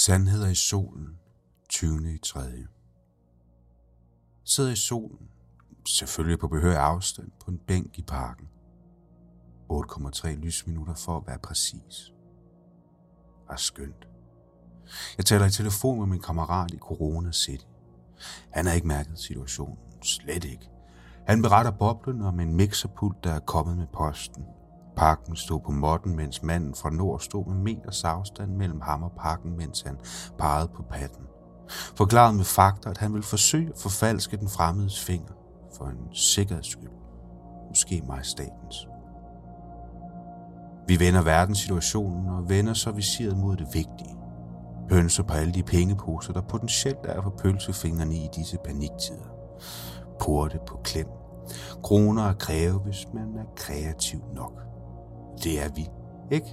Sandheder i solen, 20.3. Sidder i solen, selvfølgelig på behørig afstand, på en bænk i parken. 8,3 lysminutter for at være præcis. Var skønt. Jeg taler i telefon med min kammerat i Corona City. Han har ikke mærket situationen, slet ikke. Han beretter boblen om en mixerpult, der er kommet med posten. Pakken stod på måtten, mens manden fra nord stod med meters afstand mellem ham og pakken, mens han pegede på patten. Forklarede med fakta, at han ville forsøge at forfalske den fremmedes finger for en sikkerheds skyld. Måske majestætens. Vi vender verdenssituationen og vender så visiret mod det vigtige. Pønser på alle de pengeposer, der potentielt er for pølsefingrene i disse paniktider. Porte på klem. Kroner at kræve, hvis man er kreativ nok. Det er vi, ikke?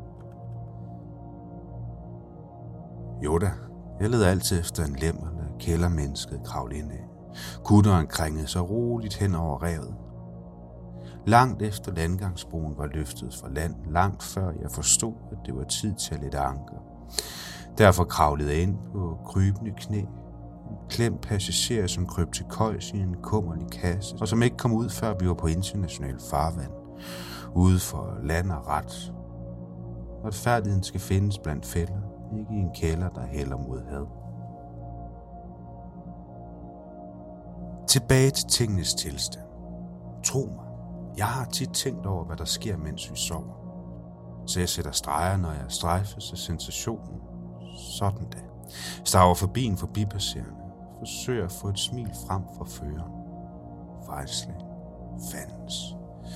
Jo da, jeg leder altid efter en lem eller kældermennesket kravle ind af. Kutteren krængede så roligt hen over revet. Langt efter landgangsbroen var løftet fra land, langt før jeg forstod, at det var tid til at lette anker. Derfor kravlede jeg ind på krybende knæ. En klemt passager, som krøb til køjs i en kummerlig kasse, og som ikke kom ud, før vi var på international farvand. Ude for land og ret. Retfærdigheden skal findes blandt fælder, ikke i en kælder, der hælder mod had. Tilbage til tingenes tilstand. Tro mig, jeg har tit tænkt over, hvad der sker, mens vi sover. Så jeg sætter streger, når jeg strejfes af sensationen. Sådan da. Staver forbi en forbipasserende. Forsøger at få et smil frem fra føreren. Fejlslag. Fandens.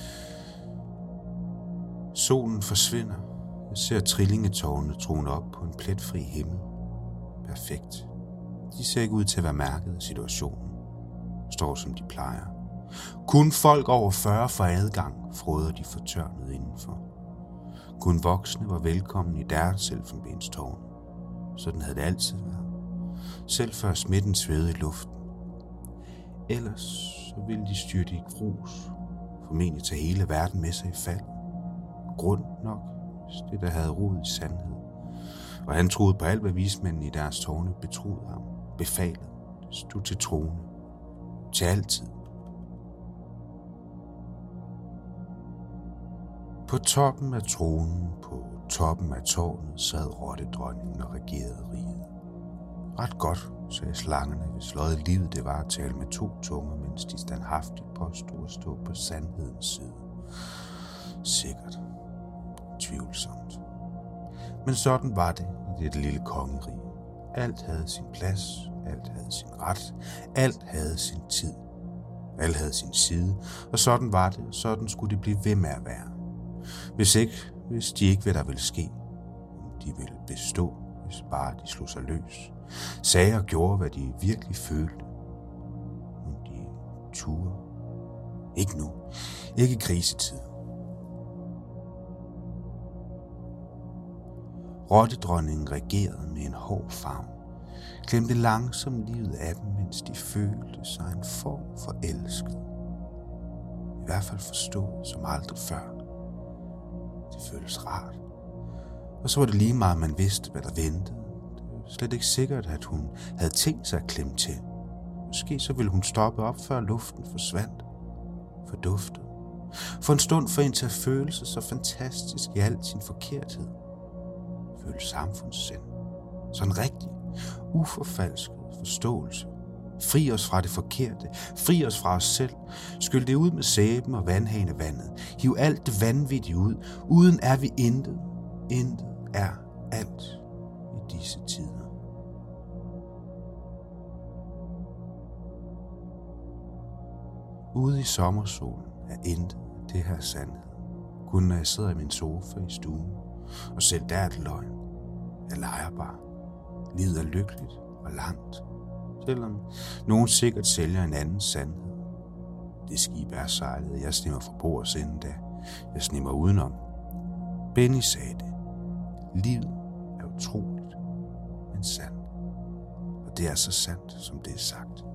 Solen forsvinder. Jeg ser trillingetårnene trone op på en pletfri himmel. Perfekt. De ser ikke ud til at være mærket af situationen. Står som de plejer. Kun folk over 40 for adgang, fråder de fortørnet indenfor. Kun voksne var velkommen i deres elfenbenstårn. Sådan havde det altid været. Selv før smitten svedede i luften. Ellers så ville de styrte i grus. Formentlig tage hele verden med sig i fald. Grund nok, hvis det der havde rod i sandhed. Og han troede på alt, hvad vismændene i deres tårne betroede ham. Befalet. Stod til trone. Til altid. På toppen af tronen, på toppen af tårnet, sad rottedronningen og regerede riget. Ret godt, sagde slangerne, hvis løjet livet det var at tale med 2 tunger, mens de standhaftigt påstod at stå på sandhedens side. Sikkert. Tvivlsomt. Men sådan var det i det lille kongerige. Alt havde sin plads, alt havde sin ret, alt havde sin tid. Alt havde sin side, og sådan var det, og sådan skulle det blive ved med at være. Hvis de ikke, hvad der ville ske. De ville bestå, hvis bare de slog sig løs. Sagde og gjorde, hvad de virkelig følte. Men de turde. Ikke nu. Ikke i krisetid. Rottedronningen regerede med en hård favn. Glemte langsomt livet af dem, mens de følte sig en form for elsket. I hvert fald forstået som aldrig før. Det føles rart. Og så var det lige meget, man vidste, hvad der ventede. Det var slet ikke sikkert, at hun havde tænkt sig at klemme til. Måske så ville hun stoppe op, før luften forsvandt. Forduftet. For en stund for en til at føle sig så fantastisk i al sin forkerthed. Føle samfundssind. Sådan rigtig, uforfalsket forståelse. Fri os fra det forkerte. Fri os fra os selv. Skyld det ud med sæben og vandhane vandet. Hiv alt det vanvittige ud. Uden er vi intet. Intet er alt i disse tider. Ude i sommersolen er intet det her sandhed. Kun når jeg sidder i min sofa i stuen. Og selv der er det løgn. Jeg leger bare. Livet er lykkeligt og langt. Selvom nogen sikkert sælger en anden sandhed. Det skib er sejlet, jeg snimmer fra bords inden da. Jeg snimmer udenom. Benny sagde det. Livet er utroligt, men sandt. Og det er så sandt, som det er sagt.